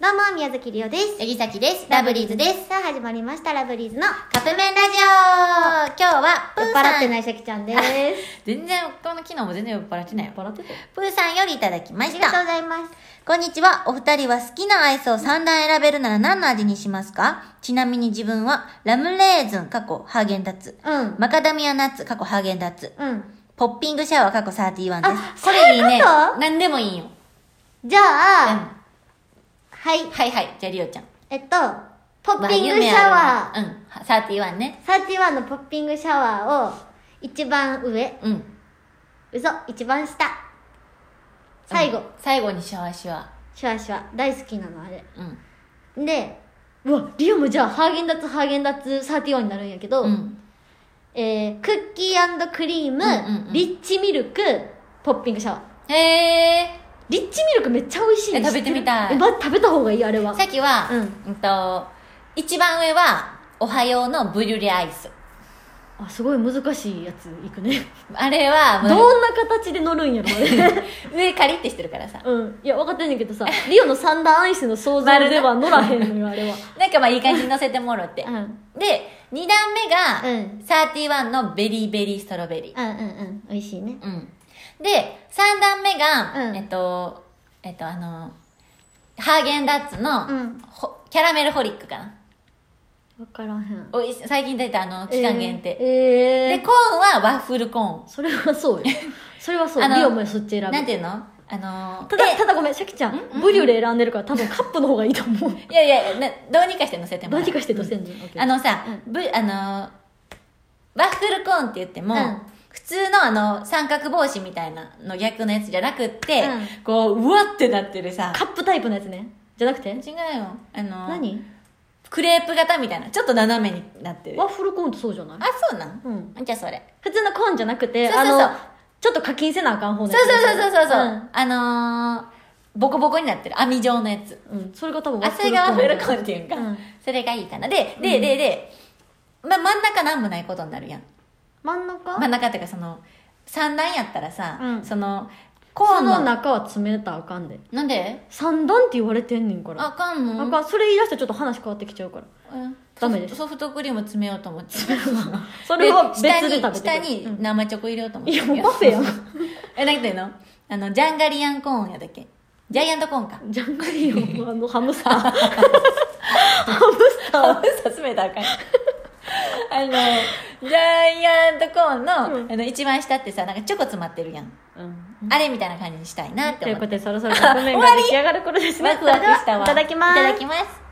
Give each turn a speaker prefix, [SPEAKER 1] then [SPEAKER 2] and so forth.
[SPEAKER 1] どうも、宮崎りおです。
[SPEAKER 2] えぎさきです。ラブリーズです。
[SPEAKER 1] さあ、始まりました、ラブリーズの
[SPEAKER 2] カップ麺ラジオ。今日はプ
[SPEAKER 1] 酔っ
[SPEAKER 2] ーさん。
[SPEAKER 1] 払ってないシャキちゃんです。
[SPEAKER 2] 全然、この昨日も全然酔っ払ってないよ。
[SPEAKER 1] 酔っ払ってた。
[SPEAKER 2] プーさんよりいただきまし
[SPEAKER 1] ありがとう
[SPEAKER 2] た。
[SPEAKER 1] ございます。
[SPEAKER 2] こんにちは。お二人は好きなアイスを3段選べるなら何の味にしますか？ちなみに自分は、ラムレーズン、過去ハーゲンダッツ。
[SPEAKER 1] うん。
[SPEAKER 2] マカダミアナッツ、過去ハーゲンダッツ。
[SPEAKER 1] うん。
[SPEAKER 2] ポッピングシャワー、過去31です。
[SPEAKER 1] あ
[SPEAKER 2] これいいね。
[SPEAKER 1] そういうこと
[SPEAKER 2] 何でもいいよ。
[SPEAKER 1] じゃあ、はい。
[SPEAKER 2] はいはい。じゃありおちゃん。
[SPEAKER 1] ポッピングシャワー。
[SPEAKER 2] うん。31ね。
[SPEAKER 1] 31のポッピングシャワーを、一番上。
[SPEAKER 2] うん。
[SPEAKER 1] 嘘、一番下。最後。
[SPEAKER 2] 最後にシャワーシャワ
[SPEAKER 1] シュワシュワ。大好きなの、あれ。
[SPEAKER 2] ー。うん。
[SPEAKER 1] で、うわ、リオもじゃあ、ハーゲンダッツ31になるんやけど、
[SPEAKER 2] うん。
[SPEAKER 1] クッキークリーム、リッチミルク、ポッピングシャワー。
[SPEAKER 2] へー。
[SPEAKER 1] リッチミルクめっちゃ美味しいの
[SPEAKER 2] 食べてみたい。
[SPEAKER 1] 食べた方がいい、あれは。
[SPEAKER 2] さっきは、一番上は、おはようのブリュレアイス。
[SPEAKER 1] あ、すごい難しいやついくね。
[SPEAKER 2] あれは、
[SPEAKER 1] どんな形で乗るんやろ、あれ。
[SPEAKER 2] 上カリってしてるからさ。
[SPEAKER 1] うん。いや、分かってんねんけどさ、リオの三段アイスの想像では乗らへんのよ、あれは。
[SPEAKER 2] なんかまあいい感じに乗せてもろって。
[SPEAKER 1] うん。
[SPEAKER 2] で、2段目が、
[SPEAKER 1] うん
[SPEAKER 2] 31のベリーベリーストロベリー。
[SPEAKER 1] うんうんうん。美味しいね。
[SPEAKER 2] うん。で、3段目が、
[SPEAKER 1] うん
[SPEAKER 2] ハーゲンダッツの、
[SPEAKER 1] うん
[SPEAKER 2] キャラメルホリックかな。
[SPEAKER 1] 分からへん。
[SPEAKER 2] おいし最近出た期間限定。で、
[SPEAKER 1] え
[SPEAKER 2] コーンはワッフルコーン。
[SPEAKER 1] それはそうよ。それはそう。
[SPEAKER 2] あの
[SPEAKER 1] リオもそっち選ぶ。
[SPEAKER 2] なんていうの
[SPEAKER 1] ただごめん、シャキちゃん、ブリュレ選んでるから多分カップの方がいいと思う。
[SPEAKER 2] いやいや、どうにかして乗せてもらう。
[SPEAKER 1] どうにかしてとせんの、オッケー
[SPEAKER 2] さ、ワッフルコーンって言っても、
[SPEAKER 1] うん
[SPEAKER 2] 普通の三角帽子みたいなの逆のやつじゃなくって、
[SPEAKER 1] うん
[SPEAKER 2] こう、うわってなってるさ。
[SPEAKER 1] カップタイプのやつね。じゃなくて
[SPEAKER 2] 違うよ。
[SPEAKER 1] 何
[SPEAKER 2] クレープ型みたいな。ちょっと斜めになってる。
[SPEAKER 1] ワッフルコーンってそうじゃない？
[SPEAKER 2] あ、そうなん
[SPEAKER 1] うん。
[SPEAKER 2] じゃあそれ。
[SPEAKER 1] 普通のコーンじゃなくて、
[SPEAKER 2] そうそうそう
[SPEAKER 1] ちょっと課金せなあかん方の
[SPEAKER 2] そう
[SPEAKER 1] やつ。
[SPEAKER 2] そう。
[SPEAKER 1] うん
[SPEAKER 2] ボコボコになってる網状のやつ。
[SPEAKER 1] うん。それが多分
[SPEAKER 2] あ、それがワッフルコーンっていうんか。
[SPEAKER 1] うん
[SPEAKER 2] それがいいかな。で、真ん中なんもないことになるやん。
[SPEAKER 1] 真ん中
[SPEAKER 2] 真ん中っていうか三段やったらさ、
[SPEAKER 1] うん
[SPEAKER 2] コーン
[SPEAKER 1] その中は詰めたらあかんで。
[SPEAKER 2] なんで
[SPEAKER 1] 三段って言われてんねんから。
[SPEAKER 2] あかんの
[SPEAKER 1] あかん。それ言い出したらちょっと話変わってきちゃうから。
[SPEAKER 2] うん
[SPEAKER 1] ダメです
[SPEAKER 2] ソフトクリーム詰めようと思って。
[SPEAKER 1] それは別で食べてくる。
[SPEAKER 2] 下に生チョコ入れようと思って。
[SPEAKER 1] いや、もうパフェやん。
[SPEAKER 2] なんていうのジャンガリアンコーンやだっけジャイアントコーンか。
[SPEAKER 1] ジャンガリオン、ハムスター。ハムスター。
[SPEAKER 2] ハムスター詰めたらあかん。ジャイアントコーンの、一番下ってさ、なんかチョコ詰まってるやん。
[SPEAKER 1] うん。
[SPEAKER 2] あれみたいな感じにしたいなって思って。
[SPEAKER 1] ということで、そろそろカップ麺が出来上がる頃ですね。
[SPEAKER 2] ワクワクしたわ。
[SPEAKER 1] いただきます。
[SPEAKER 2] いただきます。